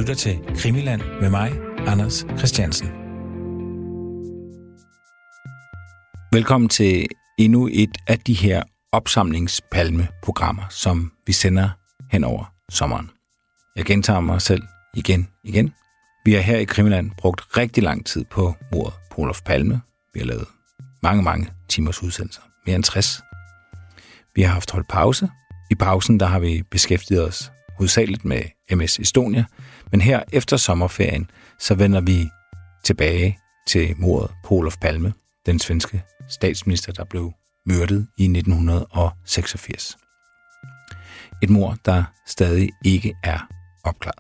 lytter til Krimiland med mig, Anders Christiansen. Velkommen til endnu et af de her opsamlingspalmeprogrammer, som vi sender hen over sommeren. Jeg gentager mig selv igen. Vi har her i Krimiland brugt rigtig lang tid på mordet på Olof Palme. Vi har lavet mange timers udsendelser. Mere end 60. Vi har haft holdt pause. I pausen der har vi beskæftiget os hovedsageligt med MS Estonia. Men her efter sommerferien, så vender vi tilbage til mordet på Olof Palme, den svenske statsminister, der blev myrdet i 1986. Et mord, der stadig ikke er opklaret.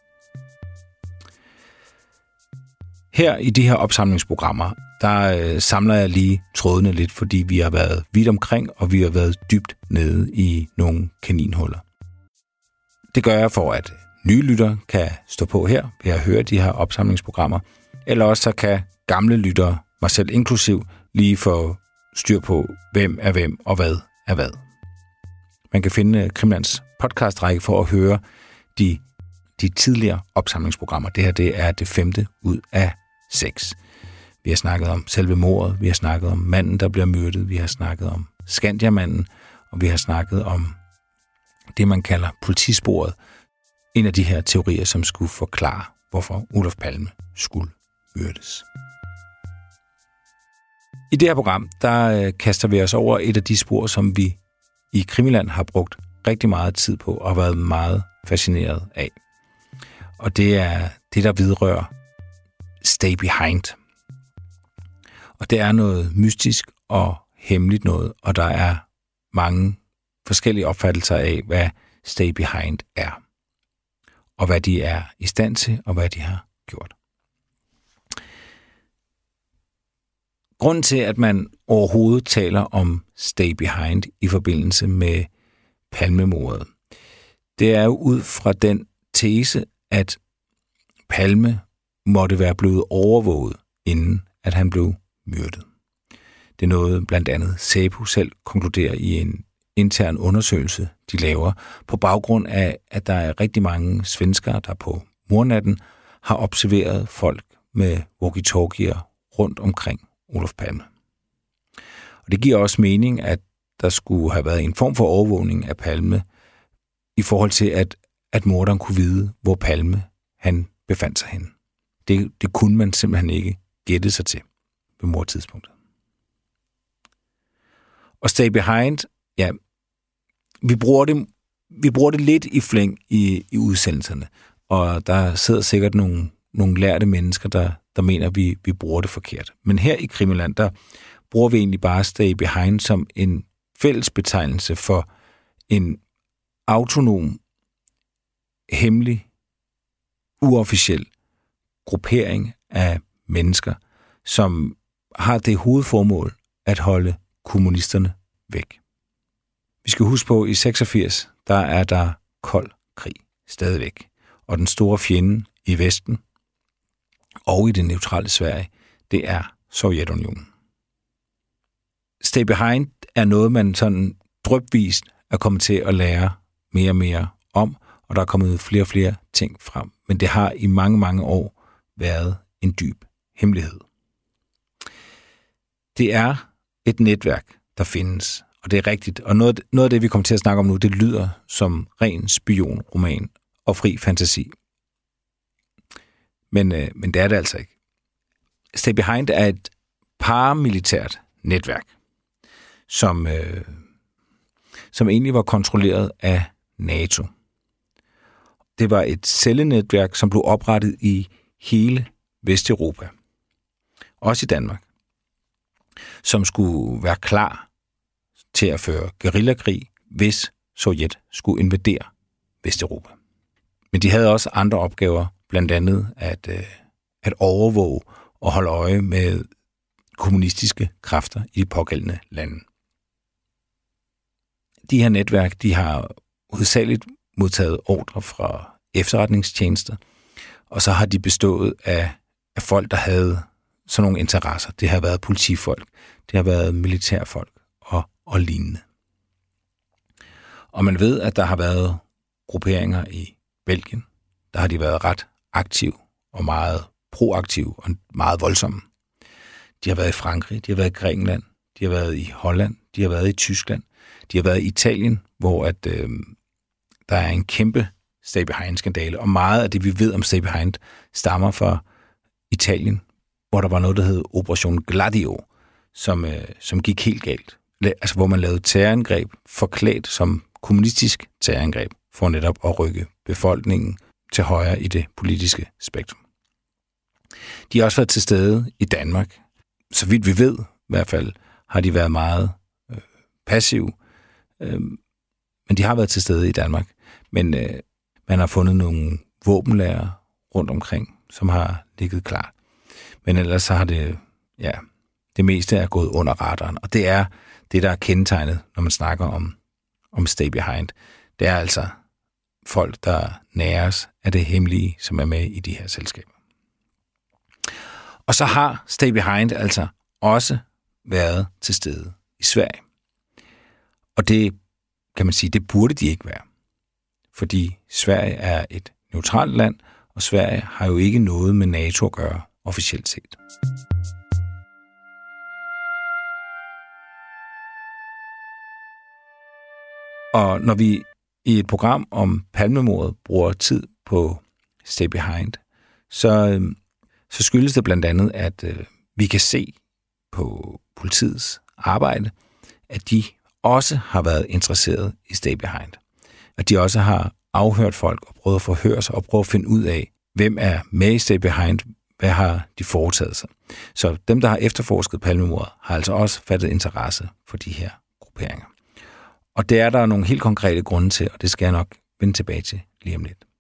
Her i de her opsamlingsprogrammer, der samler jeg lige trådene lidt, fordi vi har været vidt omkring, og vi har været dybt nede i nogle kaninhuller. Det gør jeg for, at nye lyttere kan stå på her ved at høre de her opsamlingsprogrammer, eller også så kan gamle lyttere, mig selv inklusiv, lige få styr på, hvem er hvem og hvad er hvad. Man kan finde Krimilands podcastrække for at høre de tidligere opsamlingsprogrammer. Det her det er det 5. ud af 6. Vi har snakket om selve mordet, vi har snakket om manden, der bliver myrdet, vi har snakket om Skandiamanden, og vi har snakket om det, man kalder politisporet. En af de her teorier, som skulle forklare, hvorfor Olof Palme skulle myrdes. I det her program, der kaster vi os over et af de spor, som vi i Krimiland har brugt rigtig meget tid på og været meget fascineret af. Og det er det, der vedrører Stay Behind. Og det er noget mystisk og hemmeligt noget, og der er mange forskellige opfattelser af, hvad Stay Behind er. Og hvad de er i stand til, og hvad de har gjort. Grunden til, at man overhovedet taler om Stay Behind i forbindelse med Palmemordet, det er jo ud fra den tese, at Palme måtte være blevet overvåget, inden at han blev myrdet. Det er noget, blandt andet SÄPO selv konkluderer i en intern undersøgelse, de laver, på baggrund af, at der er rigtig mange svenskere, der på mordnatten har observeret folk med walkie-talkier rundt omkring Olof Palme. Og det giver også mening, at der skulle have været en form for overvågning af Palme i forhold til, at morderen kunne vide, hvor Palme han befandt sig henne. Det kunne man simpelthen ikke gætte sig til ved mordtidspunktet. Og Stay Behind, ja, vi bruger det lidt i flæng i udsendelserne, og der sidder sikkert nogle lærte mennesker, der mener, vi bruger det forkert. Men her i Krimiland, der bruger vi egentlig bare Stay Behind som en fælles betegnelse for en autonom, hemmelig, uofficiel gruppering af mennesker, som har det hovedformål at holde kommunisterne væk. Vi skal huske på, at i 86, der er der kold krig stadigvæk, og den store fjende i Vesten og i det neutrale Sverige, det er Sovjetunionen. Stay Behind er noget, man sådan drypvist er kommet til at lære mere og mere om, og der er kommet flere og flere ting frem. Men det har i mange år været en dyb hemmelighed. Det er et netværk, der findes, og det er rigtigt. Og noget af det, vi kommer til at snakke om nu, det lyder som ren spionroman og fri fantasi. Men det er det altså ikke. Stay Behind er et paramilitært netværk, som egentlig var kontrolleret af NATO. Det var et cellenetværk, som blev oprettet i hele Vesteuropa, også i Danmark, som skulle være klar til at føre guerillakrig, hvis Sovjet skulle invadere Vesteuropa. Men de havde også andre opgaver, blandt andet at overvåge og holde øje med kommunistiske kræfter i de pågældende lande. De her netværk, de har hovedsageligt modtaget ordre fra efterretningstjenester, og så har de bestået af folk, der havde sådan nogle interesser. Det har været politifolk, det har været militærfolk og lignende. Og man ved, at der har været grupperinger i Belgien, der har de været ret aktive og meget proaktive og meget voldsomme. De har været i Frankrig, de har været i Grækenland, de har været i Holland, de har været i Tyskland, de har været i Italien, hvor der er en kæmpe Stay Behind-skandale, og meget af det, vi ved om Stay Behind, stammer fra Italien, hvor der var noget, der hed Operation Gladio, som gik helt galt. Altså, hvor man lavede terrorangreb forklædt som kommunistisk terrorangreb, for netop at rykke befolkningen til højre i det politiske spektrum. De har også været til stede i Danmark. Så vidt vi ved, i hvert fald, har de været meget passive, men de har været til stede i Danmark. Men man har fundet nogle våbenlager rundt omkring, som har ligget klar. Men ellers så har det meste er gået under radaren, og det er det, der er kendetegnet, når man snakker om Stay Behind. Det er altså folk, der næres af det hemmelige, som er med i de her selskaber. Og så har Stay Behind altså også været til stede i Sverige. Og det kan man sige, det burde de ikke være. Fordi Sverige er et neutralt land, og Sverige har jo ikke noget med NATO at gøre officielt set. Og når vi i et program om Palmemordet bruger tid på Stay Behind, så skyldes det blandt andet, at vi kan se på politiets arbejde, at de også har været interesseret i Stay Behind. At de også har afhørt folk og prøvet at forhøre sig og prøvet at finde ud af, hvem er med i Stay Behind, hvad har de foretaget sig. Så dem, der har efterforsket Palmemordet, har altså også fattet interesse for de her grupperinger. Og det er der nogle helt konkrete grunde til, og det skal jeg nok vende tilbage til lige om lidt.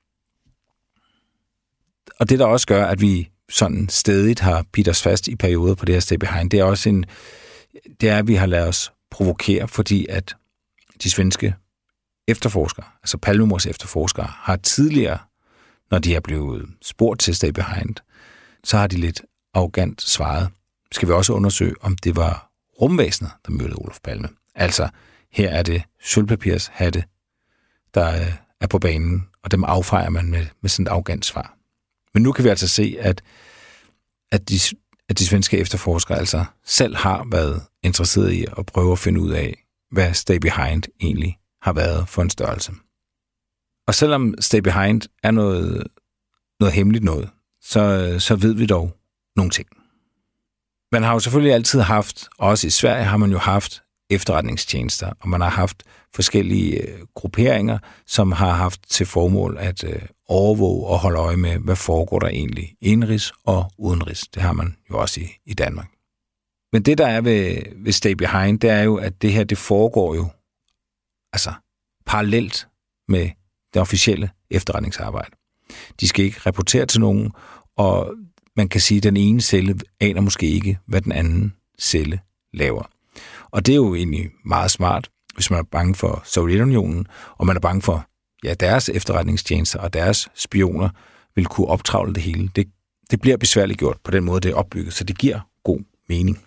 Og det, der også gør, at vi sådan stedigt har bidt os fast i perioder på det her Stay Behind, det er også det er, at vi har ladet os provokere, fordi at de svenske efterforskere, altså Palmemords efterforskere, har tidligere, når de er blevet spurgt til Stay Behind, så har de lidt arrogant svaret. Skal vi også undersøge, om det var rumvæsenet, der myrdede Olof Palme. Altså, her er det sølvpapirshatte, der er på banen, og dem affejer man med sådan et arrogant svar. Men nu kan vi altså se, at de svenske efterforskere altså selv har været interesseret i at prøve at finde ud af, hvad Stay Behind egentlig har været for en størrelse. Og selvom Stay Behind er noget hemmeligt noget, så ved vi dog nogle ting. Man har jo selvfølgelig altid haft, også i Sverige har man jo haft efterretningstjenester, og man har haft forskellige grupperinger, som har haft til formål at overvåge og holde øje med, hvad foregår der egentlig indenrigs og udenrigs. Det har man jo også i Danmark. Men det, der er ved Stay Behind, det er jo, at det her, det foregår jo altså parallelt med det officielle efterretningsarbejde. De skal ikke rapportere til nogen, og man kan sige, at den ene celle aner måske ikke, hvad den anden celle laver. Og det er jo egentlig meget smart, hvis man er bange for Sovjetunionen, og man er bange for, deres efterretningstjenester og deres spioner vil kunne optravle det hele. Det bliver besværligt gjort på den måde, det er opbygget, så det giver god mening.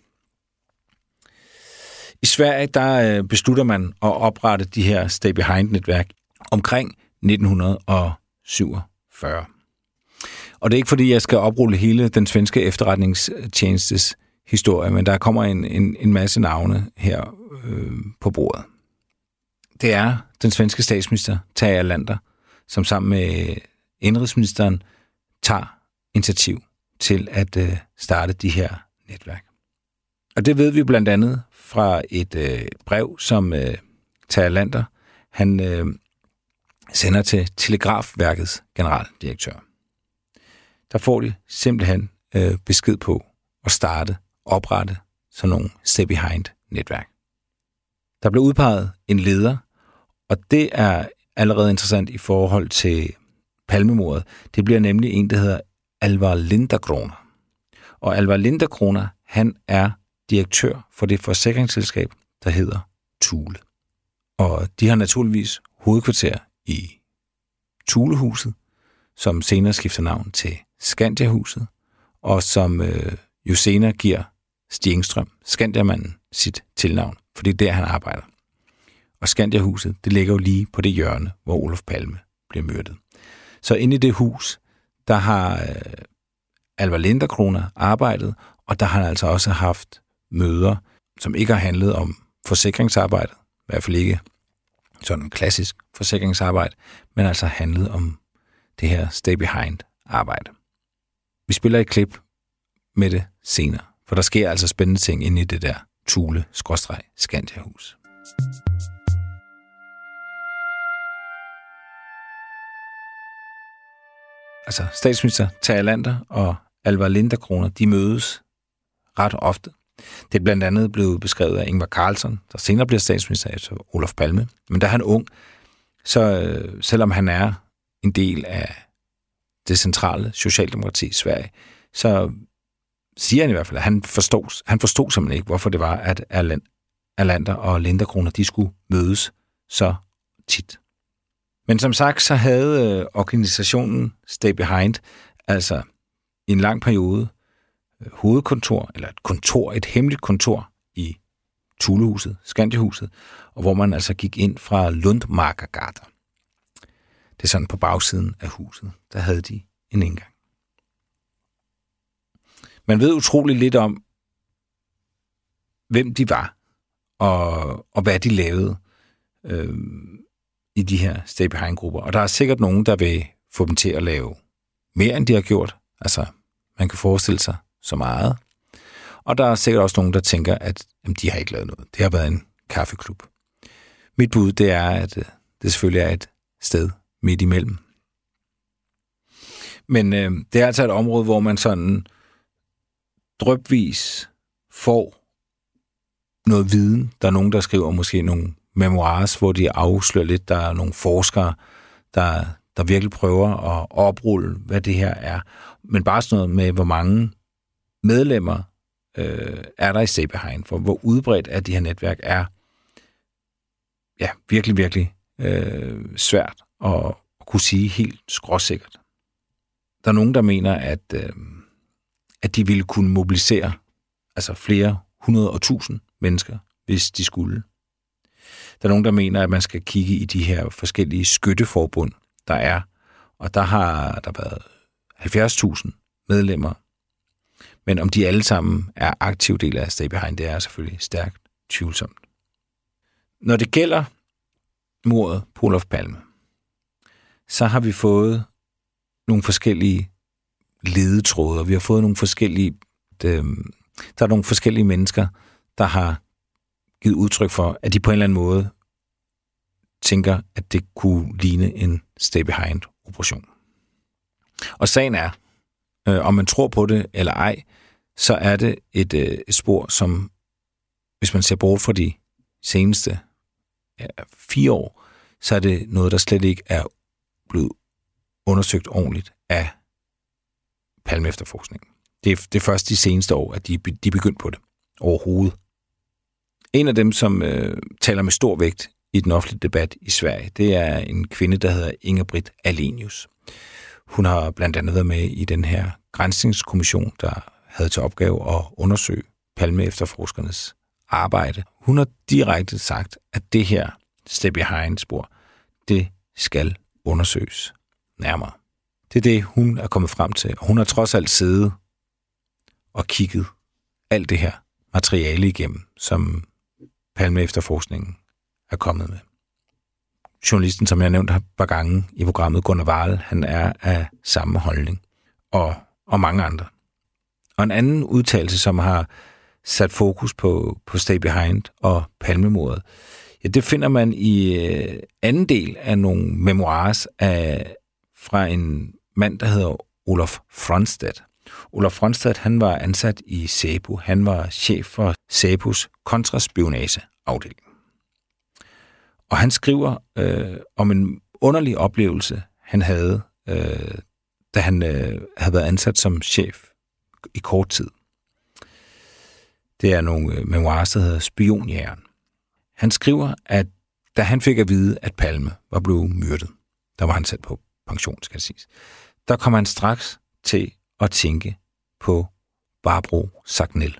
I Sverige, der beslutter man at oprette de her Stay Behind-netværk omkring 1947. Og det er ikke, fordi jeg skal oprulle hele den svenske efterretningstjenestes historie, men der kommer en masse navne her på bordet. Det er den svenske statsminister, Tage Erlander, som sammen med indenrigsministeren tager initiativ til at starte de her netværk. Og det ved vi blandt andet fra et brev, som Tage Erlander han sender til Telegrafværkets generaldirektør. Der får de simpelthen besked på at oprette sådan nogle Stay Behind-netværk. Der blev udpeget en leder, og det er allerede interessant i forhold til Palmemordet. Det bliver nemlig en, der hedder Alvar Linderkroner. Og Alvar Linderkroner, han er direktør for det forsikringsselskab, der hedder Thule. Og de har naturligvis hovedkvarter i Thulehuset, som senere skifter navn til Skandiahuset, og som jo senere giver Stig Engström, Skandiamanden, sit tilnavn, for det er der, han arbejder. Og Skandiahuset, det ligger jo lige på det hjørne, hvor Olof Palme blev myrdet. Så inde i det hus, der har Alvar Linderkrona arbejdet, og der har han altså også haft møder, som ikke har handlet om forsikringsarbejde, i hvert fald ikke sådan en klassisk forsikringsarbejde, men altså handlet om det her stay behind arbejde. Vi spiller et klip med det senere, for der sker altså spændende ting inde i det der Thule/Skandia-hus. Altså statsminister Tage Erlander og Alvar Linderkrona, de mødes ret ofte. Det er blandt andet blevet beskrevet af Ingvar Carlsson, der senere bliver statsminister efter Olof Palme. Men da han er ung, så selvom han er en del af det centrale socialdemokrati i Sverige, så siger han i hvert fald, at han forstod simpelthen ikke, hvorfor det var, at Erlander og Linderkrona, de skulle mødes så tit. Men som sagt, så havde organisationen Stay Behind altså i en lang periode hovedkontor, eller et hemmeligt kontor i Thulehuset, Skandiahuset, og hvor man altså gik ind fra Lundmarkagata. Det er sådan på bagsiden af huset, der havde de en indgang. Man ved utrolig lidt om, hvem de var, og hvad de lavede i de her Stay Behind-grupper. Og der er sikkert nogen, der vil få dem til at lave mere, end de har gjort. Altså, man kan forestille sig så meget. Og der er sikkert også nogen, der tænker, at jamen, de har ikke lavet noget. Det har været en kaffeklub. Mit bud, det er, at det selvfølgelig er et sted midt imellem. Men det er altså et område, hvor man sådan drypvis får noget viden. Der er nogen, der skriver måske nogle memoirs, hvor de afslører lidt. Der er nogle forskere, der virkelig prøver at oprulle, hvad det her er. Men bare sådan noget med, hvor mange medlemmer er der i Stay Behind, for hvor udbredt er de her netværk er virkelig, virkelig svært at kunne sige helt skråsikkert. Der er nogen, der mener, at de ville kunne mobilisere altså flere 100.000 mennesker, hvis de skulle. Der er nogen, der mener, at man skal kigge i de her forskellige skytteforbund, der er. Og der har der været 70.000 medlemmer. Men om de alle sammen er aktive del af Stay Behind, det er selvfølgelig stærkt tvivlsomt. Når det gælder mordet på Olof Palme, så har vi fået nogle forskellige ledetråde, og vi har fået nogle forskellige... Der er nogle forskellige mennesker, der har givet udtryk for, at de på en eller anden måde tænker, at det kunne ligne en Stay Behind-operation. Og sagen er, om man tror på det eller ej, så er det et spor, som, hvis man ser bort fra de seneste 4 år, så er det noget, der slet ikke er blevet undersøgt ordentligt af Palme-efterforskningen. Det er først de seneste år, at de er begyndt på det overhovedet. En af dem, som taler med stor vægt i den offentlige debat i Sverige, det er en kvinde, der hedder Inga-Britt Ahlenius. Hun har blandt andet været med i den her granskningskommission, der havde til opgave at undersøge Palme-efterforskernes arbejde. Hun har direkte sagt, at det her Stay Behind-spor, det skal undersøges nærmere. Det er det, hun er kommet frem til. Og hun har trods alt siddet og kigget alt det her materiale igennem, som Palme-efterforskningen er kommet med. Journalisten, som jeg nævnte et par gange i programmet, Gunnar Wall, han er af samme holdning, og mange andre. Og en anden udtalelse, som har sat fokus på Stay Behind og Palmemordet, ja, det finder man i anden del af nogle memoirs fra en mand, der hedder Olof Fronstedt. Olof Fronstedt, han var ansat i SÄPO. Han var chef for SÄPOs kontraspionageafdeling. Og han skriver om en underlig oplevelse, han havde, da han havde været ansat som chef i kort tid. Det er nogle memoirer, der hedder Spionjægeren. Han skriver, at da han fik at vide, at Palme var blevet myrdet, der var han sat på pension, skal det siges, der kom han straks til at tænke på Barbro Sagnell.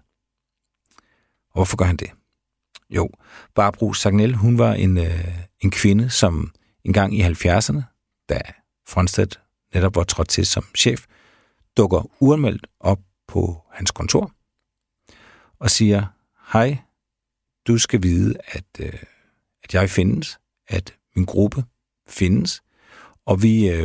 Og hvorfor gør han det? Jo, Barbro Sagnell, hun var en kvinde, som engang i 70'erne, da Fronstedt netop var trådt til som chef, dukker uanmeldt op på hans kontor og siger, hej, du skal vide, at jeg findes, at min gruppe findes, og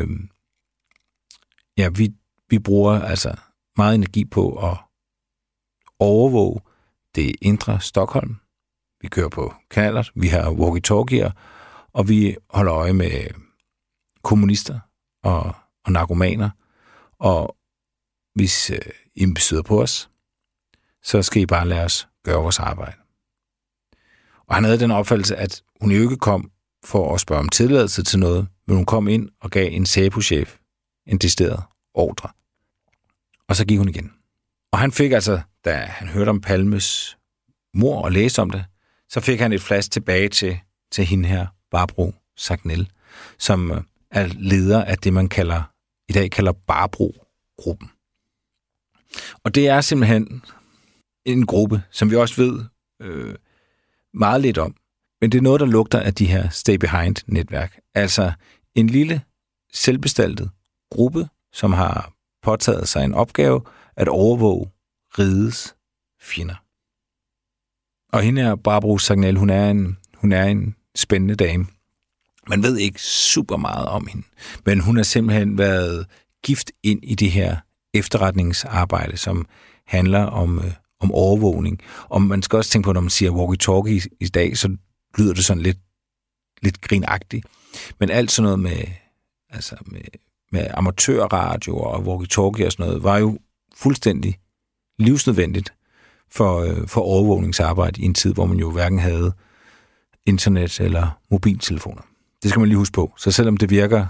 vi bruger altså meget energi på at overvåge det indre Stockholm. Vi kører på knallert, vi har walkie-talkier, og vi holder øje med kommunister og narkomaner, og hvis I bestyder på os, så skal I bare lade os gøre vores arbejde. Og han havde den opfattelse, at hun jo ikke kom for at spørge om tilladelse til noget, men hun kom ind og gav en SAPO-chef en decideret ordre. Og så gik hun igen. Og han fik altså, da han hørte om Palmes mor og læste om det, så fik han et flash tilbage til hende her, Barbro Sagnell, som er leder af det, man i dag kalder Barbro-gruppen. Og det er simpelthen en gruppe, som vi også ved meget lidt om. Men det er noget, der lugter af de her Stay Behind-netværk. Altså en lille, selvbestaltet gruppe, som har påtaget sig en opgave at overvåge rigets fjender. Og hende er Barbro Sagnell, hun er en spændende dame. Man ved ikke super meget om hende, men hun har simpelthen været gift ind i det her efterretningsarbejde, som handler om overvågning. Og man skal også tænke på, når man siger walkie-talkie i dag, så lyder det sådan lidt grinagtigt. Men alt sådan noget med amatørradio og walkie-talkie og sådan noget, var jo fuldstændig livsnødvendigt for overvågningsarbejde i en tid, hvor man jo hverken havde internet eller mobiltelefoner. Det skal man lige huske på. Så selvom det virker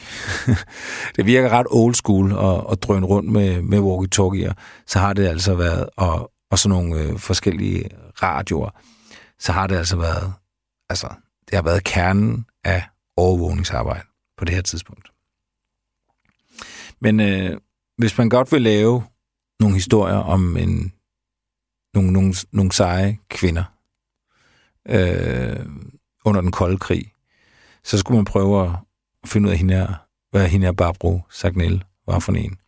ret old school at drøne rundt med walkie-talkier, så har det altså været, og sådan nogle forskellige radioer, så har det altså været, det har været kernen af overvågningsarbejde på det her tidspunkt. Men hvis man godt vil lave nogle historier om nogle seje kvinder under den kolde krig, så skulle man prøve at finde ud af hvad hende her Barbro Sagnell var for en.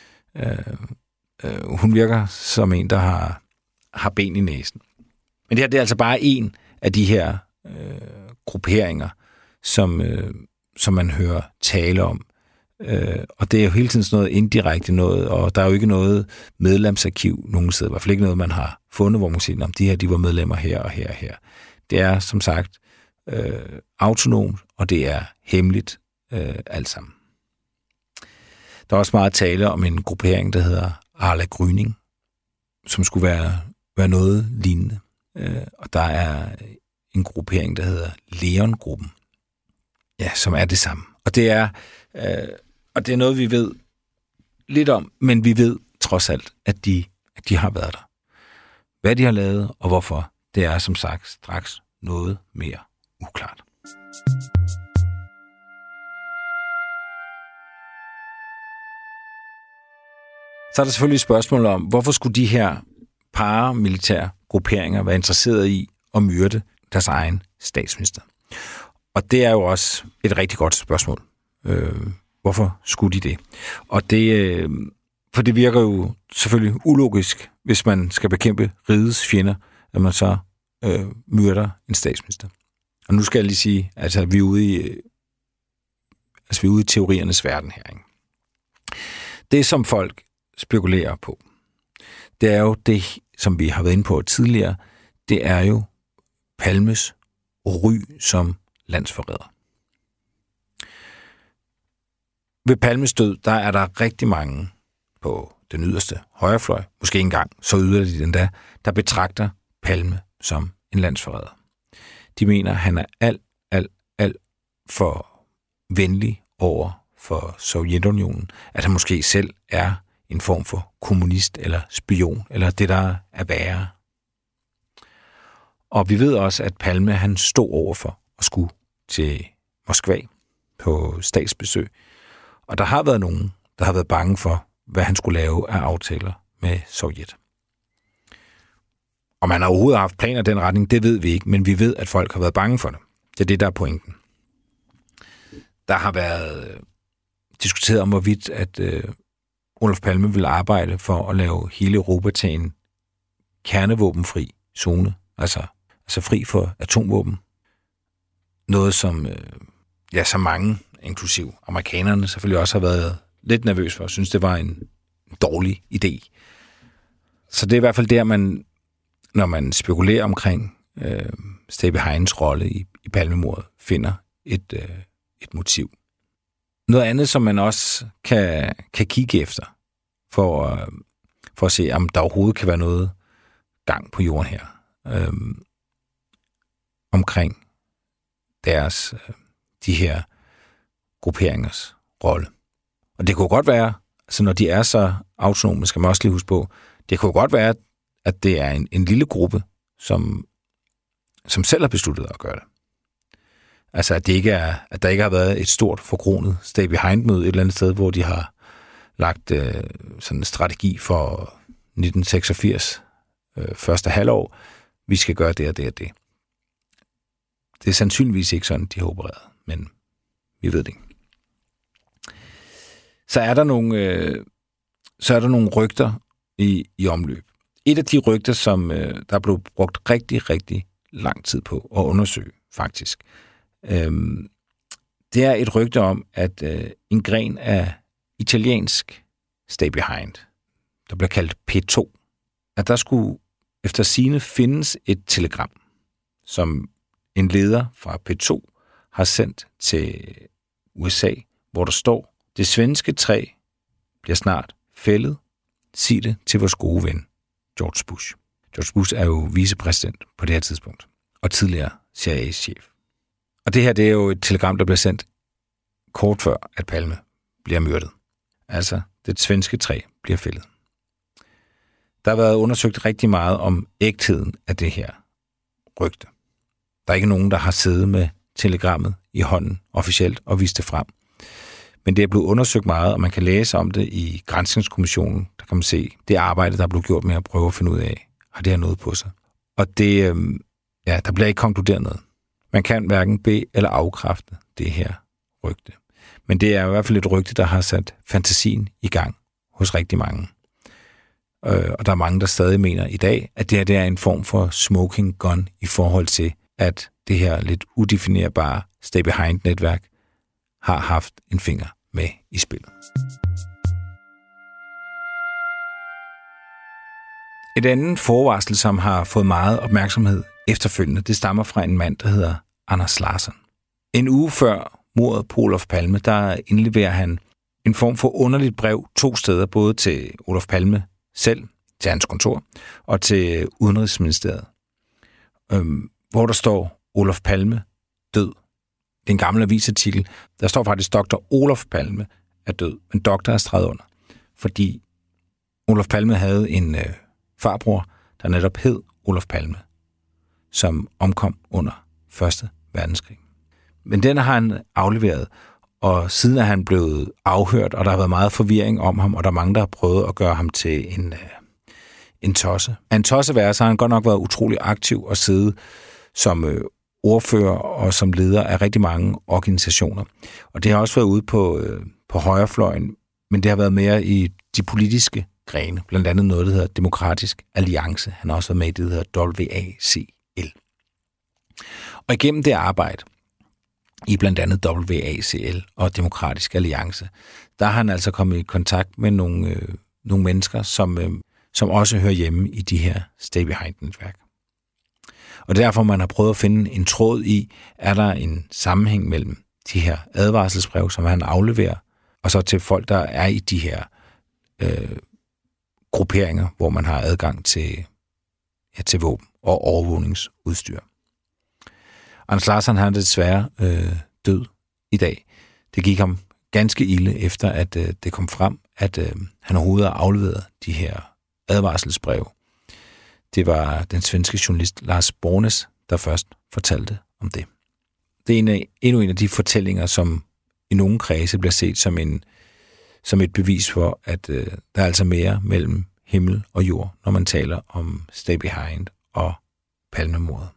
Hun virker som en, der har ben i næsen. Men det er altså bare en af de her grupperinger, som man hører tale om. Og det er jo hele tiden sådan noget indirekte noget, og der er jo ikke noget medlemsarkiv nogen steder, i hvert fald ikke noget, man har fundet, hvor man siger, om de her, de var medlemmer her og her og her. Det er, som sagt, autonomt, og det er hemmeligt alt sammen. Der er også meget tale om en gruppering, der hedder Arla Gryning, som skulle være noget lignende. Og der er en gruppering, der hedder Leon-gruppen, ja, som er det samme. Og det er noget, vi ved lidt om, men vi ved trods alt, at de har været der. Hvad de har lavet, og hvorfor, det er som sagt straks noget mere uklart. Så er der selvfølgelig et spørgsmål om, hvorfor skulle de her paramilitære grupperinger være interesserede i at myrde deres egen statsminister? Og det er jo også et rigtig godt spørgsmål. Hvorfor skulle de det? Og for det virker jo selvfølgelig ulogisk, hvis man skal bekæmpe rigets fjender, at man så myrder en statsminister. Og nu skal jeg lige sige, at vi er ude i teoriernes verden her. Ikke? Det, som folk spekulerer på, det er jo det, som vi har været inde på tidligere, det er jo Palmes ry som landsforræder. Ved Palmes død, der er der rigtig mange på den yderste højrefløj, måske engang så yderligt den der betragter Palme som en landsforræder. De mener, at han er alt for venlig over for Sovjetunionen, at han måske selv er en form for kommunist eller spion, eller det, der er værre. Og vi ved også, at Palme, han stod over for at skulle til Moskva på statsbesøg. Og der har været nogen, der har været bange for, hvad han skulle lave af aftaler med Sovjet. Om han overhovedet har haft planer i den retning, det ved vi ikke, men vi ved, at folk har været bange for det. Det er det, der er pointen. Der har været diskuteret om, hvorvidt at Olof Palme ville arbejde for at lave hele Europa til en kernevåbenfri zone, altså fri for atomvåben. Noget, som så mange, inklusiv amerikanerne, selvfølgelig også har været lidt nervøs for, og synes, det var en dårlig idé. Så det er i hvert fald der, når man spekulerer omkring Stay Behinds rolle i Palmemordet, finder et motiv. Noget andet, som man også kan kigge efter, for at se, om der overhovedet kan være noget gang på jorden her, omkring deres, de her grupperingers rolle. Og det kunne godt være, altså når de er så autonome, skal man også lige huske på, det kunne godt være, at det er en lille gruppe, som selv har besluttet at gøre det. Altså, at der ikke har været et stort forkronet Stay Behind-møde et eller andet sted, hvor de har lagt sådan en strategi for 1986, første halvår, vi skal gøre det og det og det. Det er sandsynligvis ikke sådan, de har opereret, men vi ved det ikke. Så er der nogle rygter i omløb. Et af de rygter, som der blev brugt rigtig, rigtig lang tid på at undersøge, faktisk, det er et rygte om, at en gren af italiensk Stay Behind, der bliver kaldt P2, at der skulle efter sigende findes et telegram, som en leder fra P2 har sendt til USA, hvor der står, det svenske træ bliver snart fældet. Sig det til vores gode ven, George Bush. George Bush er jo vicepræsident på det her tidspunkt, og tidligere CIA-chef. Og det her, det er jo et telegram, der bliver sendt kort før, at Palme bliver myrdet. Altså, det svenske træ bliver fældet. Der har været undersøgt rigtig meget om ægtheden af det her rygte. Der er ikke nogen, der har siddet med telegrammet i hånden officielt og vist det frem. Men det er blevet undersøgt meget, og man kan læse om det i Granskningskommissionen. Der kan man se det arbejde, der er blevet gjort med at prøve at finde ud af, har det her noget på sig. Og det, der bliver ikke konkluderet noget. Man kan hverken be- eller afkræfte det her rygte. Men det er i hvert fald et rygte, der har sat fantasien i gang hos rigtig mange. Og der er mange, der stadig mener i dag, at det her er en form for smoking gun i forhold til, at det her lidt udefinerbare Stay Behind-netværk har haft en finger med i spillet. Et andet forvarsel, som har fået meget opmærksomhed efterfølgende, det stammer fra en mand, der hedder Anders Larsson. En uge før mordet på Olof Palme, der indleverer han en form for underligt brev 2 steder, både til Olof Palme selv, til hans kontor, og til Udenrigsministeriet, hvor der står Olof Palme død. Det er en gammel avisartikel. Der står faktisk, Dr. Olof Palme er død, men doktor er streget under, fordi Olof Palme havde en farbror, der netop hed Olof Palme, som omkom under 1. verdenskrig. Men den har han afleveret, og siden er han blevet afhørt, og der har været meget forvirring om ham, og der er mange, der har prøvet at gøre ham til en tosse. En tosseværre, så har han godt nok været utrolig aktiv og sidde som ordfører og som leder af rigtig mange organisationer. Og det har også været ude på højrefløjen, men det har været mere i de politiske grene, blandt andet noget, der hedder Demokratisk Alliance. Han har også været med i det, der hedder WACL. Og igennem det arbejde, i blandt andet WACL og Demokratisk Alliance, der har han altså kommet i kontakt med nogle mennesker, som også hører hjemme i de her Stay Behind-netværk. Og derfor man har prøvet at finde en tråd i, er der en sammenhæng mellem de her advarselsbrev, som han afleverer, og så til folk, der er i de her grupperinger, hvor man har adgang til våben og overvågningsudstyr. Anders Larsson har desværre død i dag. Det gik ham ganske ilde efter, at det kom frem, at han overhovedet har afleveret de her advarselsbreve. Det var den svenske journalist Lars Bornes, der først fortalte om det. Det er endnu en af de fortællinger, som i nogle kredse bliver set som et bevis for, at der er altså mere mellem himmel og jord, når man taler om Stay Behind og Palmemordet.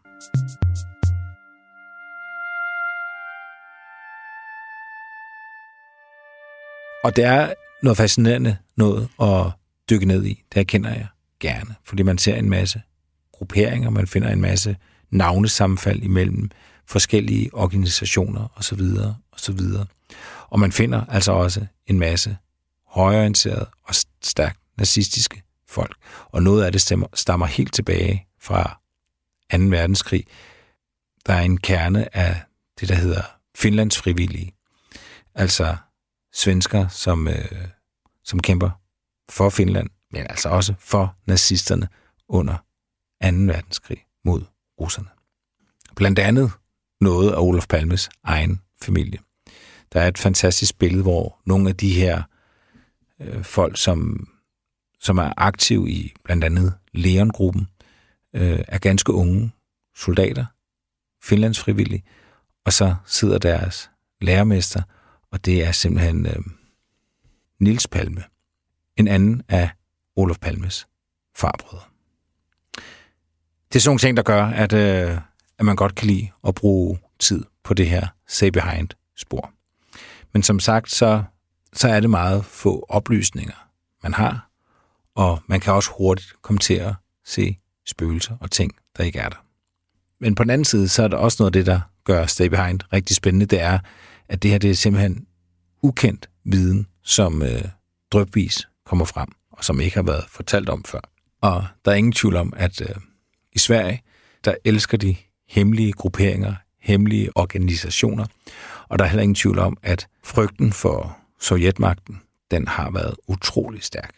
Og det er noget fascinerende noget at dykke ned i. Det erkender jeg gerne, fordi man ser en masse grupperinger, man finder en masse navnesammenfald imellem forskellige organisationer osv. osv. Og man finder altså også en masse højreorienterede og stærkt nazistiske folk. Og noget af det stammer helt tilbage fra 2. verdenskrig. Der er en kerne af det, der hedder Finlands frivillige. Altså svensker, som kæmper for Finland, men altså også for nazisterne under 2. verdenskrig mod russerne. Blandt andet noget af Olof Palmes egen familie. Der er et fantastisk billede, hvor nogle af de her folk, som er aktive i blandt andet Leon-gruppen, er ganske unge soldater, Finlands frivillige, og så sidder deres lærermester, og det er simpelthen Niels Palme, en anden af Olof Palmes farbrødre. Det er sådan nogle ting, der gør, at man godt kan lide at bruge tid på det her Stay Behind-spor. Men som sagt, så er det meget få oplysninger, man har, og man kan også hurtigt komme til at se spøgelser og ting, der ikke er der. Men på den anden side, så er der også noget af det, der gør Stay Behind rigtig spændende. Det er, at det her det er simpelthen ukendt viden, som drypvis kommer frem, og som ikke har været fortalt om før. Og der er ingen tvivl om, at i Sverige, der elsker de hemmelige grupperinger, hemmelige organisationer, og der er heller ingen tvivl om, at frygten for sovjetmagten, den har været utrolig stærk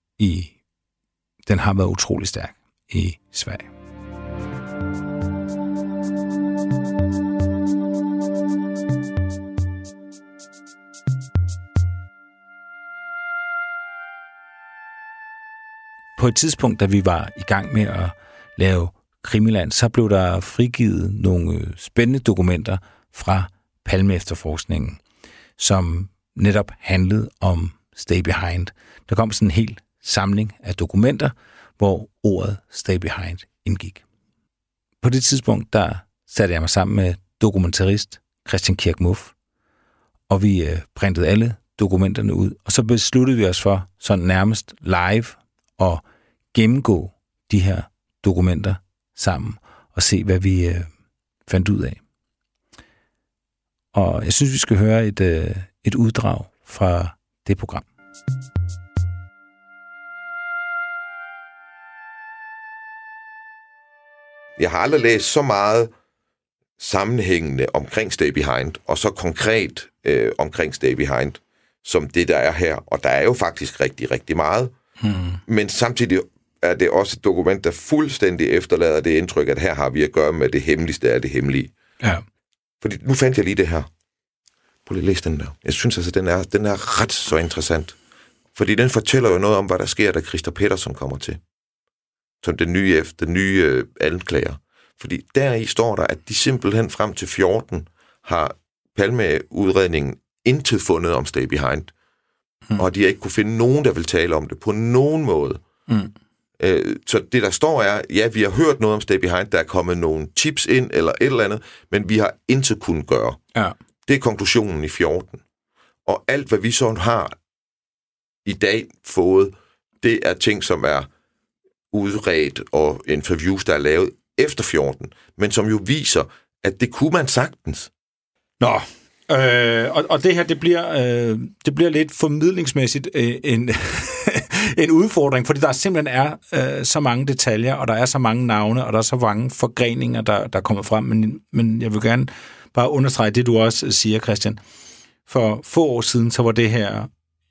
i Sverige. På et tidspunkt, da vi var i gang med at lave Krimiland, så blev der frigivet nogle spændende dokumenter fra Palme-efterforskningen, som netop handlede om Stay Behind. Der kom sådan en hel samling af dokumenter, hvor ordet Stay Behind indgik. På det tidspunkt, der satte jeg mig sammen med dokumentarist Christian Kirk Muff, og vi printede alle dokumenterne ud, og så besluttede vi os for sådan nærmest live at gennemgå de her dokumenter sammen og se, hvad vi fandt ud af. Og jeg synes, vi skal høre et uddrag fra det program. Jeg har aldrig læst så meget sammenhængende omkring Stay Behind, og så konkret omkring Stay Behind, som det, der er her. Og der er jo faktisk rigtig, rigtig meget. Men samtidig er det også et dokument, der fuldstændig efterlader det indtryk, at her har vi at gøre med det hemmeligste af det hemmelige. Ja. Fordi nu fandt jeg lige det her. Prøv lige at læse den der. Jeg synes altså, den er ret så interessant. Fordi den fortæller jo noget om, hvad der sker, da Christer Pettersson kommer til. Som den nye anklager. Fordi deri står der, at de simpelthen frem til 14 har Palme-udredningen intet fundet om Stay Behind. Og de har ikke kunne finde nogen, der vil tale om det på nogen måde. Så det, der står er, ja, vi har hørt noget om Stay Behind, der er kommet nogle tips ind, eller et eller andet, men vi har intet kunnet gøre. Ja. Det er konklusionen i 14. Og alt, hvad vi så har i dag fået, det er ting, som er udredt og interviews, der er lavet efter 14, men som jo viser, at det kunne man sagtens. Nå, og det her, det bliver lidt formidlingsmæssigt en udfordring, fordi der simpelthen er så mange detaljer, og der er så mange navne, og der er så mange forgreninger, der er kommet frem, men jeg vil gerne bare understrege det, du også siger, Christian. For få år siden, så var det her,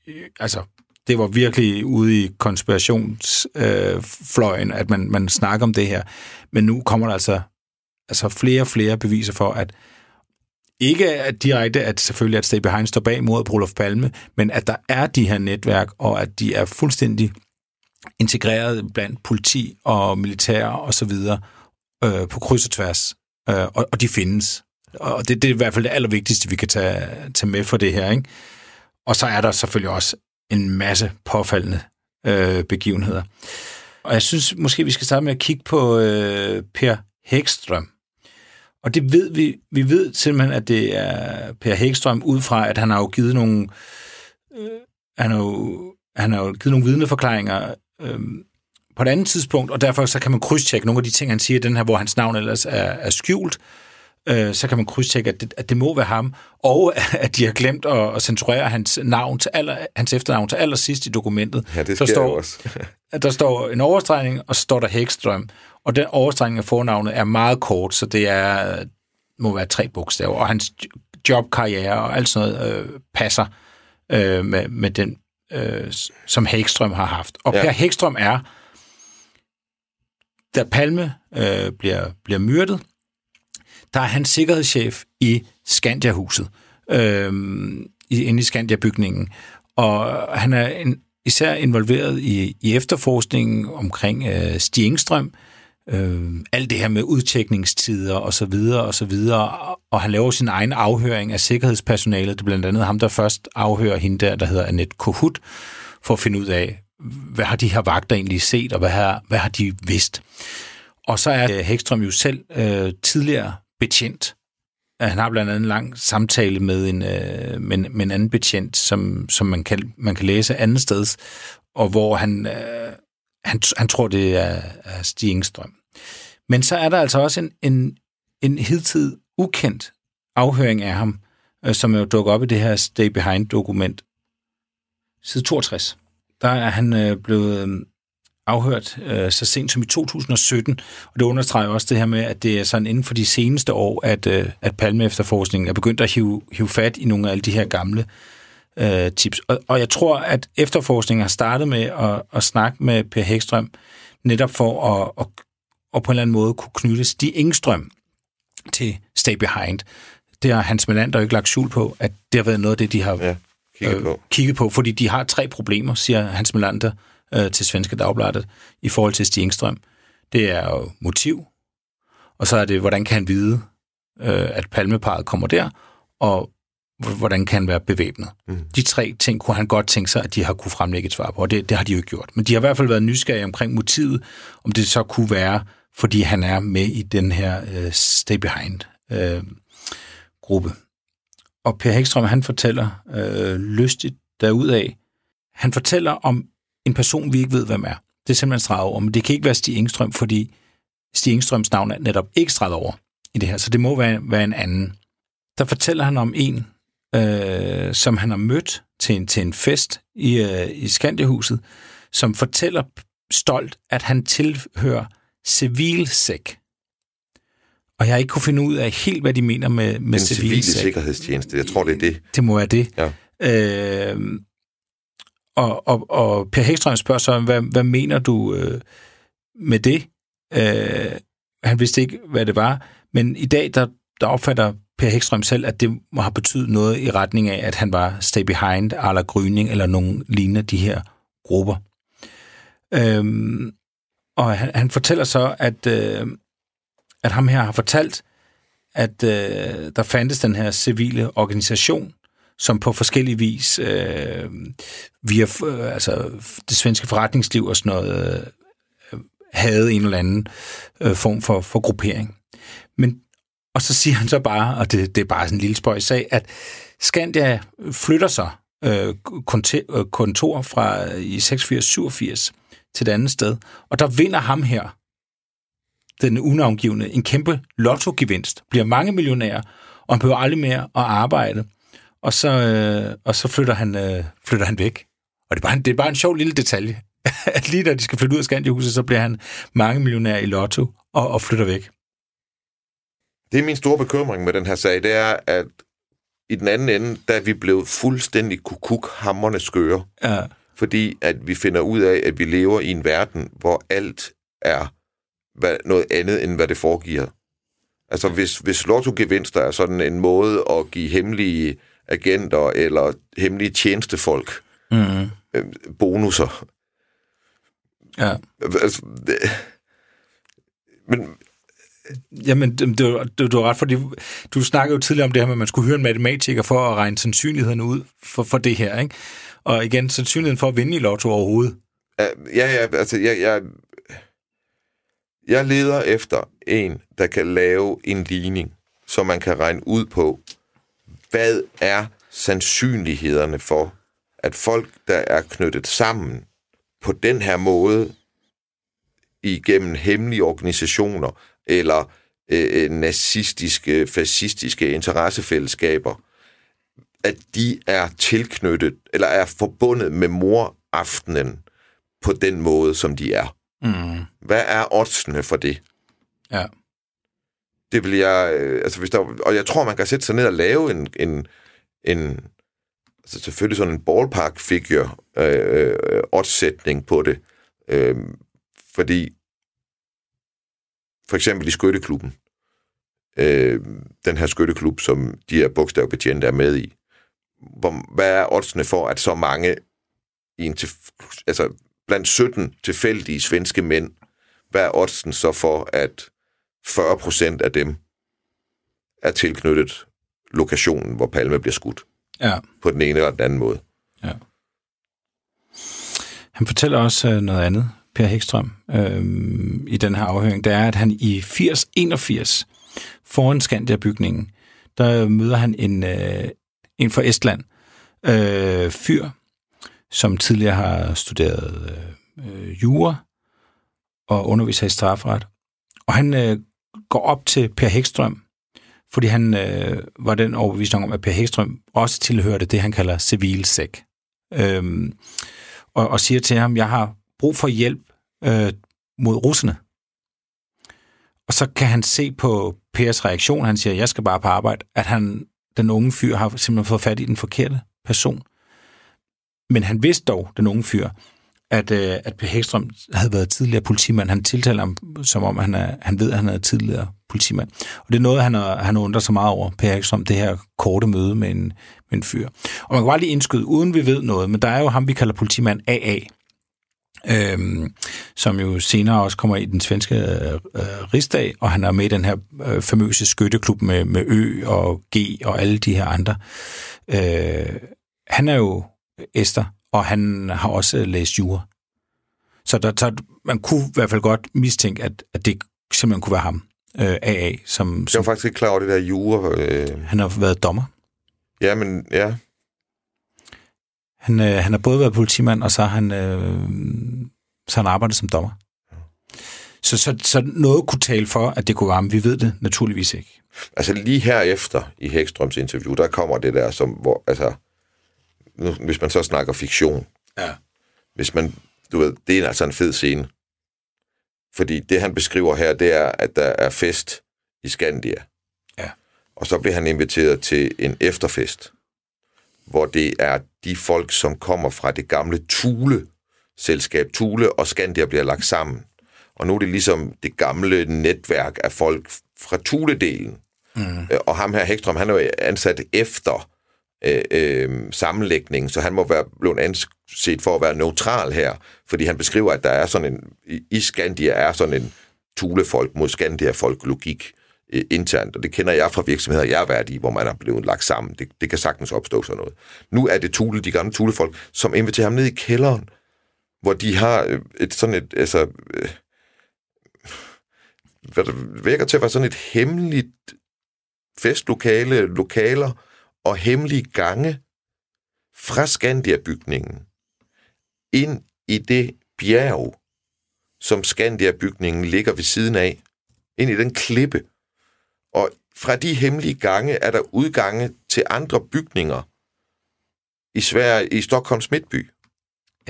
det var virkelig ude i konspirationsfløjen, at man snakker om det her. Men nu kommer der altså flere og flere beviser for, at ikke at direkte, at selvfølgelig at Stay Behind står bag mordet på Olof Palme, men at der er de her netværk, og at de er fuldstændig integreret blandt politi og militær og så videre på kryds og tværs. Og de findes. Og det er i hvert fald det allervigtigste, vi kan tage med for det her, ikke? Og så er der selvfølgelig også en masse påfaldende begivenheder. Og jeg synes måske, vi skal starte med at kigge på Per Häggström. Og det ved vi ved simpelthen, at det er Per Häggström ud fra, at han har jo givet nogle han har jo givet nogle vidneforklaringer på et andet tidspunkt, og derfor så kan man krydstjekke nogle af de ting, han siger, den her, hvor hans navn ellers er skjult, så kan man krydstjekke, at det må være ham, og at de har glemt at censurere hans efternavn til allersidst i dokumentet. Ja, det sker også. Der står en overstregning, og så står der Hægstrøm, og den overstregning af fornavnet er meget kort, så det må være 3 bogstaver, og hans job, karriere og alt sådan noget passer med den, som Hægstrøm har haft. Og Per Hægstrøm er, da Palme bliver myrdet, der er han sikkerhedschef i Skandia-huset, inde i Skandia-bygningen. Og han er især involveret i efterforskningen omkring Stig Engstrøm, alt det her med udtjekningstider og så videre, og han laver sin egen afhøring af sikkerhedspersonalet. Det er blandt andet ham, der først afhører hende der hedder Annette Kohut, for at finde ud af, hvad har de her vagter egentlig set, og hvad har de vidst. Og så er Hægstrøm jo selv tidligere betjent. Han har blandt andet en lang samtale med en anden betjent, som man kan læse andet sted, og hvor han tror, det er Stig Engstrøm. Men så er der altså også en hidtil ukendt afhøring af ham, som jo dukker op i det her Stay Behind-dokument. Side 62. Der er han blevet afhørt så sent som i 2017, og det understreger også det her med, at det er sådan inden for de seneste år, at Palme-efterforskningen er begyndt at hive fat i nogle af alle de her gamle tips. Og jeg tror, at efterforskningen har startet med at snakke med Per Hægstrøm, netop for at på en eller anden måde kunne knytte Stig Engstrøm til Stay Behind. Det har Hans Melander ikke lagt skjul på, at det har været noget af det, de har kigget på, fordi de har 3 problemer, siger Hans Melander til Svenska Dagbladet i forhold til Stig Engstrøm. Det er jo motiv, og så er det, hvordan kan han vide, at Palmeparret kommer der, og hvordan kan han være bevæbnet. De 3 ting kunne han godt tænke sig, at de har kunne fremlægge et svar på, og det har de jo ikke gjort. Men de har i hvert fald været nysgerrige omkring motivet, om det så kunne være, fordi han er med i den her Stay Behind-gruppe. Og Per Hægstrøm, han fortæller lystigt derudaf. Han fortæller om en person, vi ikke ved, hvem er. Det er simpelthen streget over, men det kan ikke være Stig Engstrøm, fordi Stig Engstrøms navn er netop ikke streget over i det her, så det må være en anden. Der fortæller han om en, som han har mødt til en fest i Skandia-huset, som fortæller stolt, at han tilhører Civilsec. Og jeg har ikke kunne finde ud af helt, hvad de mener med den civile sikkerhedstjeneste. Jeg tror, det er det. Det må være det. Ja. Og Per Hægstrøm spørger så, hvad mener du med det? Han vidste ikke, hvad det var, men i dag, der opfatter Per Hægstrøm selv, at det må have betydet noget i retning af, at han var Stay Behind, eller Gryning, eller nogen lignende de her grupper. Og han fortæller så, at ham her har fortalt, at der fandtes den her civile organisation, som på forskellige vis via det svenske forretningsliv og sådan noget havde en eller anden form for gruppering. Og så siger han så bare, og det er bare sådan en lille spøjs sag, at Skandia flytter sig kontor fra i 86-87 til et andet sted, og der vinder ham her, den unavngivne, en kæmpe lottogevinst, bliver mange millionærer, og han behøver aldrig mere at arbejde, og så flytter han væk. Og det er bare en sjov lille detalje, at lige da de skal flytte ud af Skandia-huset, så bliver han mange millionærer i lotto og flytter væk. Det er min store bekymring med den her sag, det er, at i den anden ende, der er vi blevet fuldstændig kukuk-hamrende skøre. Ja. Fordi at vi finder ud af, at vi lever i en verden, hvor alt er noget andet, end hvad det foregiver. Altså hvis lottogevinster er sådan en måde at give hemmelige agenter eller hemmelige tjenestefolk bonusser. Ja. Altså, men jamen, du har ret, fordi du snakkede jo tidligere om det her med, at man skulle høre en matematiker for at regne sandsynligheden ud for det her, ikke? Og igen, sandsynligheden for at vinde i lotto overhovedet. Altså, jeg leder efter en, der kan lave en ligning, så man kan regne ud på, hvad er sandsynlighederne for, at folk, der er knyttet sammen på den her måde igennem hemmelige organisationer eller nazistiske, fascistiske interessefællesskaber, at de er tilknyttet eller er forbundet med moraftenen på den måde, som de er. Mm. Hvad er oddsene for det? Ja. Det vil jeg... og jeg tror, man kan sætte sig ned og lave en altså selvfølgelig sådan en ballpark-figure oddssætning på det. Fordi for eksempel i skytteklubben, den her skytteklub, som de her bogstavbetjente er med i, hvad er oddsene for, at så mange blandt 17 tilfældige svenske mænd, hvad er oddsen så for, at 40% af dem er tilknyttet lokationen, hvor Palme bliver skudt? Ja. På den ene eller den anden måde. Ja. Han fortæller også noget andet, Per Hækstrøm, i den her afhøring. Det er, at han i 81 foran Skandia-bygningen, der møder han en fra Estland, fyr, som tidligere har studeret jura og underviser i strafferet. Og han går op til Per Hækstrøm, fordi han var den overbevisning om, at Per Hækstrøm også tilhørte det, han kalder civilsæk. Og siger til ham, jeg har brug for hjælp mod russerne. Og så kan han se på Pers reaktion, han siger, jeg skal bare på arbejde, at den unge fyr har simpelthen fået fat i den forkerte person. Men han vidste dog, den unge fyr, at Per Hækstrøm havde været tidligere politimand. Han tiltaler ham, som om han ved, at han er tidligere politimand. Og det er noget, han undrer sig meget over, Per Hækstrøm, det her korte møde med en fyr. Og man kan bare lige indskyde, uden vi ved noget, men der er jo ham, vi kalder politimand AA, som jo senere også kommer i den svenske rigsdag, og han er med i den her famøse skytteklub med Ø og G og alle de her andre. Han er jo ester, og han har også læst jura. Så man kunne i hvert fald godt mistænke, at det simpelthen kunne være ham, AA. Som jeg var faktisk ikke klar over det der jura. Han har været dommer. Ja, men ja. Han har både været politimand, og så har han arbejdet som dommer. Så noget kunne tale for, at det kunne være ham. Vi ved det naturligvis ikke. Altså lige herefter i Hækstrøms interview, der kommer det der, hvor hvis man så snakker fiktion. Ja. Hvis man, det er altså en fed scene. Fordi det, han beskriver her, det er, at der er fest i Skandia. Ja. Og så bliver han inviteret til en efterfest, hvor det er de folk, som kommer fra det gamle Thule-selskab. Thule og Skandia bliver lagt sammen. Og nu er det ligesom det gamle netværk af folk fra Thule-delen. Mm. Og ham her, Hækstrøm, han er jo ansat efter sammenlægningen, så han må være blevet anset for at være neutral her, fordi han beskriver, at der er sådan en, i Skandia er sådan en Thule-folk mod Skandia-folk-logik internt, og det kender jeg fra virksomheder, jeg har været i, hvor man er blevet lagt sammen. Det kan sagtens opstå sådan noget. Nu er det Thule, de gamle Thule-folk, som inviterer ham ned i kælderen, hvor de har hvad der virker til at være sådan et hemmeligt lokaler og hemmelige gange fra Skandia-bygningen ind i det bjerg, som Skandia-bygningen ligger ved siden af, ind i den klippe. Og fra de hemmelige gange er der udgange til andre bygninger i Sverige, i Stockholms midtby. Ja.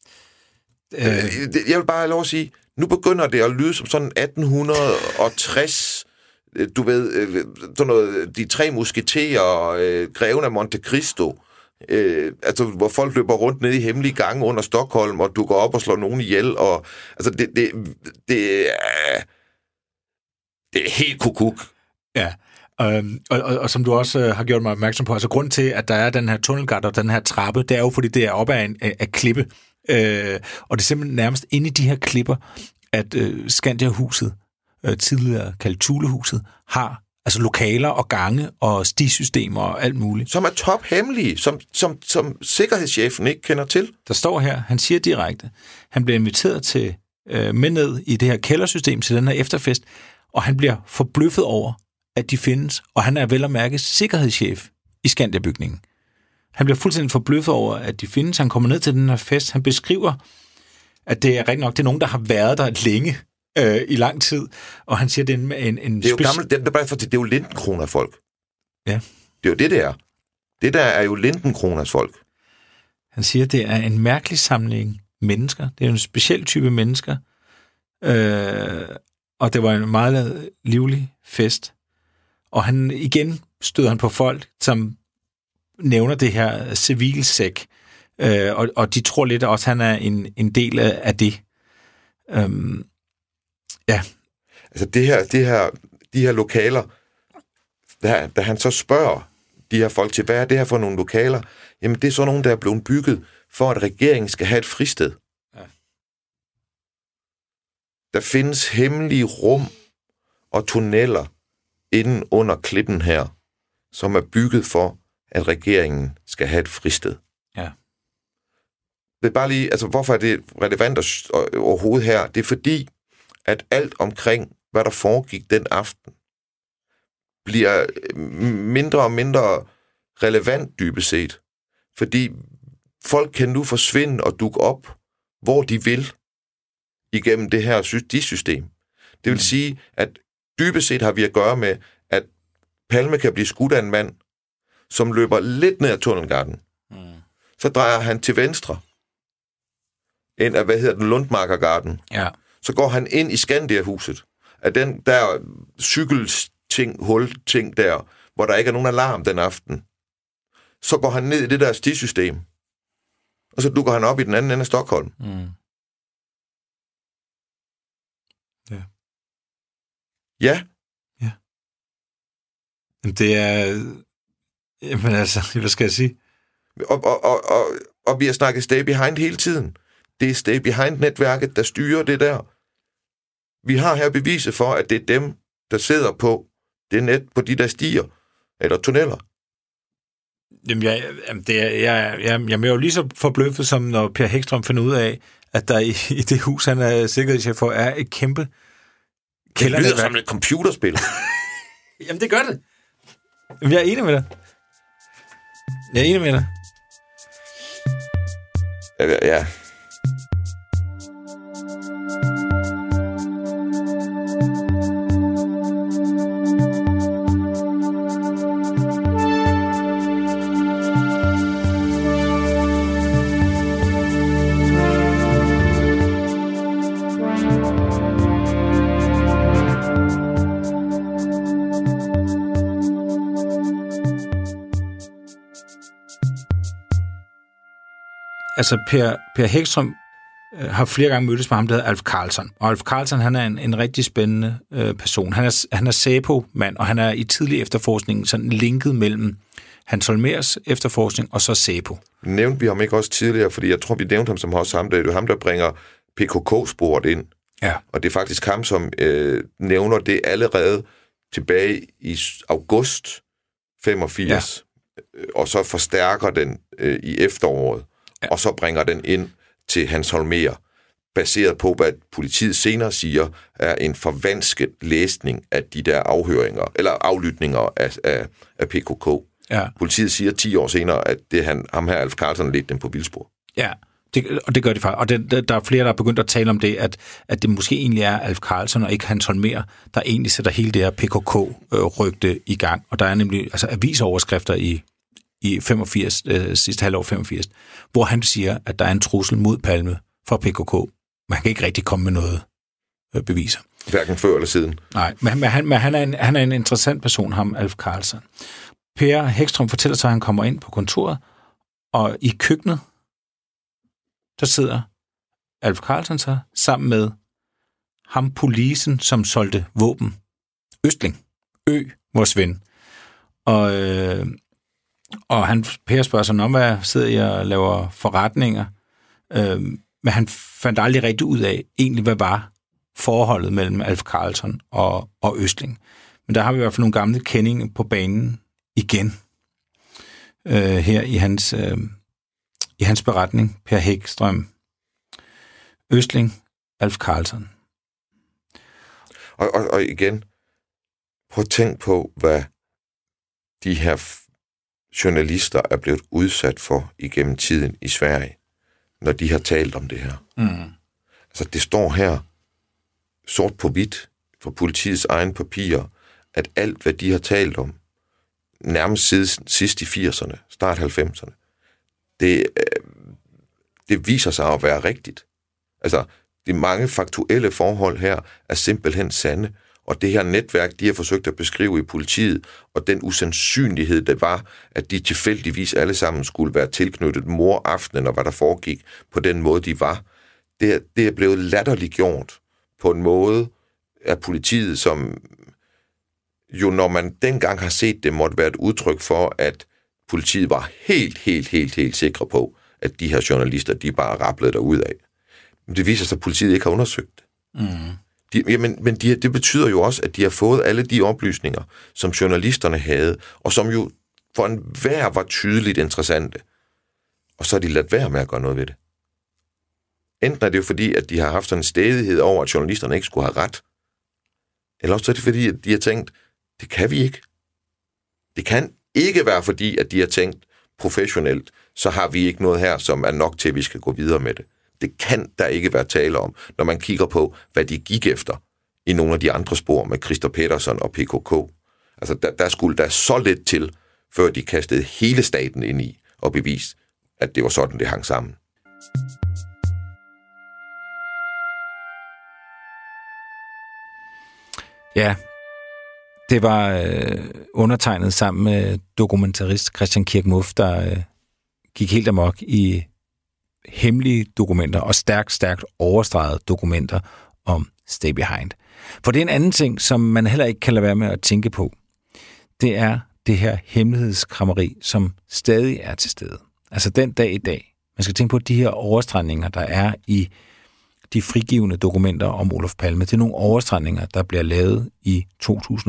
Jeg vil bare have lov at sige, nu begynder det at lyde som sådan 1860, du ved, sådan noget, de tre musketerer, greven af Monte Cristo, hvor folk løber rundt ned i hemmelige gange under Stockholm, og du går op og slår nogen ihjel, og altså det er helt kukuk. Ja, og som du også har gjort mig opmærksom på, altså grund til, at der er den her tunnelgat og den her trappe, det er jo, fordi det er op ad en klippe, og det er simpelthen nærmest inde i de her klipper, at Skandia-huset, tidligere kaldt Thule-huset, har altså lokaler og gange og stisystemer og alt muligt. Som er tophemmelige, som sikkerhedschefen ikke kender til. Der står her, han siger direkte, han bliver inviteret til med ned i det her kældersystem til den her efterfest, og han bliver forbløffet over, at de findes, og han er vel at mærke sikkerhedschef i Skandia-bygningen. Han bliver fuldstændig forbløffet over, at de findes. Han kommer ned til den her fest. Han beskriver, at det er rigtig nok, det er nogen, der har været der længe, i lang tid. Og han siger, det er en det er jo gammelt, det er jo Lindenkroner folk. Ja. Det er jo det, det er. Det der er jo Lindenkroners folk. Han siger, det er en mærkelig samling mennesker. Det er en speciel type mennesker. Og det var en meget livlig fest. Og igen støder han på folk, som nævner det her civilsæk. Og de tror lidt også, at han er en del af det. Ja. Altså de her lokaler, da han så spørger de her folk til, hvad er det her for nogle lokaler? Jamen, det er så nogle, der er blevet bygget, for at regeringen skal have et fristed. Ja. Der findes hemmelige rum og tunneller inden under klippen her, som er bygget for, at regeringen skal have et fristed. Ja. Det er bare lige, altså hvorfor er det relevant overhovedet her? Det er fordi, at alt omkring, hvad der foregik den aften, bliver mindre og mindre relevant dybest set. Fordi folk kan nu forsvinde og dukke op, hvor de vil, igennem det her system. Det vil sige, at dybest set har vi at gøre med, at Palme kan blive skudt af en mand, som løber lidt ned ad Tunnelgarten. Så drejer han til venstre, ind af, Lundmarkergarden. Ja. Så går han ind i Skandia-huset, af den der hulting der, hvor der ikke er nogen alarm den aften. Så går han ned i det der stisystem, og så dukker han op i den anden ende af Stockholm. Ja. Ja. Ja. Det er... Jamen altså, hvad skal jeg sige? Og vi har snakket Stay Behind hele tiden. Det er Stay Behind-netværket, der styrer det der. Vi har her beviset for, at det er dem, der sidder på det net, på de der stier, eller tunneller. Jamen, jeg er jo lige så forbløffet, som når Per Hækstrøm finder ud af, at der i det hus, han er sikkerhedschef for, er et kæmpe kældernetværk. Det lyder som et computerspil. Jamen, det gør det. Jamen, jeg er enig med dig. Ja. Altså, Per Hækstrøm har flere gange mødtes med ham, der hedder Alf Karlsson. Og Alf Karlsson, han er en rigtig spændende person. Han er SÄPO-mand, og han er i tidlig efterforskning sådan linket mellem Hans Holmérs efterforskning og så SÄPO. Nævnte vi ham ikke også tidligere, fordi jeg tror, vi nævnte ham som også ham. Det er jo ham, der bringer PKK-sporet ind. Ja. Og det er faktisk ham, som nævner det allerede tilbage i august 85, og så forstærker den i efteråret. Ja. Og så bringer den ind til Hans Holmér, baseret på, hvad politiet senere siger, er en forvansket læsning af de der afhøringer, eller aflytninger af PKK. Ja. Politiet siger 10 år senere, at det ham her, Alf Karlsson, ledte dem på vildspor. Ja, det gør de faktisk. Og der er flere, der er begyndt at tale om det, at det måske egentlig er Alf Karlsson og ikke Hans Holmér, der egentlig sætter hele det her PKK-rygte i gang. Og der er nemlig avisoverskrifter i 85, sidste halvår 85, hvor han siger, at der er en trussel mod Palme fra PKK. Man kan ikke rigtig komme med noget beviser. Hverken før eller siden. Nej, men han er en interessant person, ham Alf Karlsson. Per Hækstrøm fortæller sig, at han kommer ind på kontoret, og i køkkenet, der sidder Alf Karlsson så sammen med ham polisen, som solgte våben. Østling. Vores ven. Og Per spørger sig om, hvad sidder jeg og laver forretninger? Men han fandt aldrig rigtig ud af, egentlig hvad var forholdet mellem Alf Karlsson og Østling. Men der har vi i hvert fald nogle gamle kendinger på banen igen. Her i hans beretning, Per Hækstrøm, Østling, Alf Karlsson. Og igen, prøv at tænke på, hvad de her journalister er blevet udsat for igennem tiden i Sverige, når de har talt om det her. Altså, det står her sort på hvidt fra politiets egen papirer, at alt, hvad de har talt om, nærmest sidst i 80'erne, start 90'erne, det viser sig at være rigtigt. Altså, de mange faktuelle forhold her er simpelthen sande, og det her netværk, de har forsøgt at beskrive i politiet, og den usandsynlighed, det var, at de tilfældigvis alle sammen skulle være tilknyttet moraftenen, og hvad der foregik på den måde, de var, det er blevet latterliggjort på en måde af politiet, som jo, når man dengang har set det, måtte være et udtryk for, at politiet var helt sikre på, at de her journalister, de bare rablede derudad. Men det viser sig, at politiet ikke har undersøgt det. Det betyder jo også, at de har fået alle de oplysninger, som journalisterne havde, og som jo for enhver var tydeligt interessante. Og så har de ladt være med at gøre noget ved det. Enten er det jo fordi, at de har haft sådan en stædighed over, at journalisterne ikke skulle have ret, eller også er det fordi, at de har tænkt, det kan vi ikke. Det kan ikke være fordi, at de har tænkt professionelt, så har vi ikke noget her, som er nok til, at vi skal gå videre med det. Det kan der ikke være tale om, når man kigger på, hvad de gik efter i nogle af de andre spor med Christer Pettersson og PKK. Altså, der skulle der så lidt til, før de kastede hele staten ind i og beviste, at det var sådan, det hang sammen. Ja, det var undertegnet sammen med dokumentarist Christian Kirk Muff, der gik helt amok i hemmelige dokumenter og stærkt overstregede dokumenter om Stay Behind. For det er en anden ting, som man heller ikke kan lade være med at tænke på. Det er det her hemmelighedskrammeri, som stadig er til stede. Altså den dag i dag. Man skal tænke på de her overstregninger, der er i de frigivende dokumenter om Olof Palme. Det er nogle overstregninger, der bliver lavet i 2020-2021.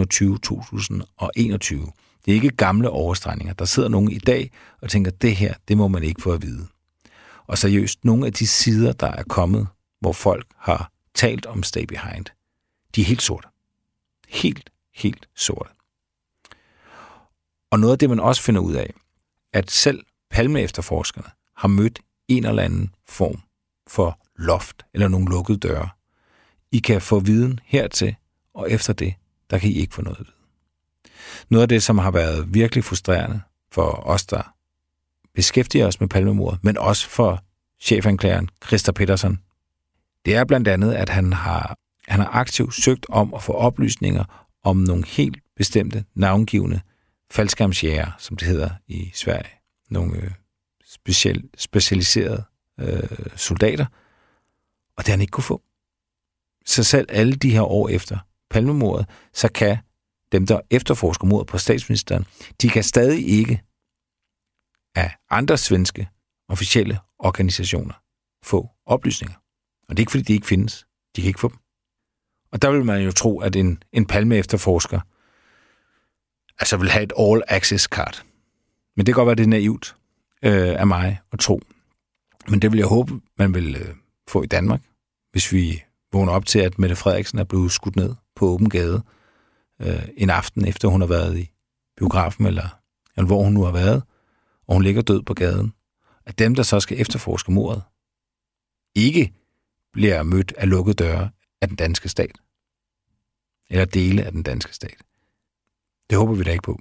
Det er ikke gamle overstregninger. Der sidder nogen i dag og tænker, det her, det må man ikke få at vide. Og seriøst, nogle af de sider, der er kommet, hvor folk har talt om Stay Behind, de er helt sorte. Helt sorte. Og noget af det, man også finder ud af, at selv Palme-efterforskerne har mødt en eller anden form for loft eller nogle lukkede døre. I kan få viden hertil, og efter det, der kan I ikke få noget at vide. Noget af det, som har været virkelig frustrerende for os, der beskæftiger os med Palmemordet, men også for chefanklageren Christer Pettersson, det er blandt andet, at han har aktivt søgt om at få oplysninger om nogle helt bestemte navngivende faldskærmsjægere, som det hedder i Sverige. Nogle specialiserede soldater, og det har han ikke kunne få. Så selv alle de her år efter Palmemordet, så kan dem, der efterforsker mordet på statsministeren, de kan stadig ikke af andre svenske officielle organisationer få oplysninger. Og det er ikke, fordi de ikke findes. De kan ikke få dem. Og der vil man jo tro, at en Palme-efterforsker altså vil have et all-access-card. Men det kan godt være, det er naivt af mig at tro. Men det vil jeg håbe, man vil få i Danmark, hvis vi vågner op til, at Mette Frederiksen er blevet skudt ned på åben gade en aften, efter hun har været i biografen, eller hvor hun nu har været, og hun ligger død på gaden. At dem, der så skal efterforske mordet, ikke bliver mødt af lukkede døre af den danske stat. Eller dele af den danske stat. Det håber vi da ikke på.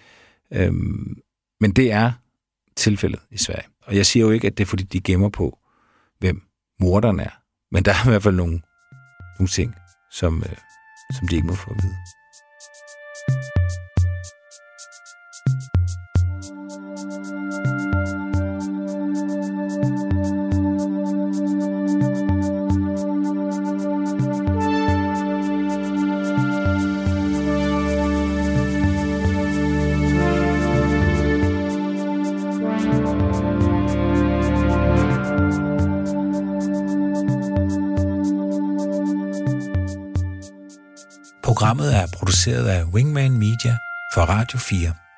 Men det er tilfældet i Sverige. Og jeg siger jo ikke, at det er, fordi de gemmer på, hvem morderen er. Men der er i hvert fald nogle ting, som de ikke må få at vide. Programmet er produceret af Wingman Media for Radio 4.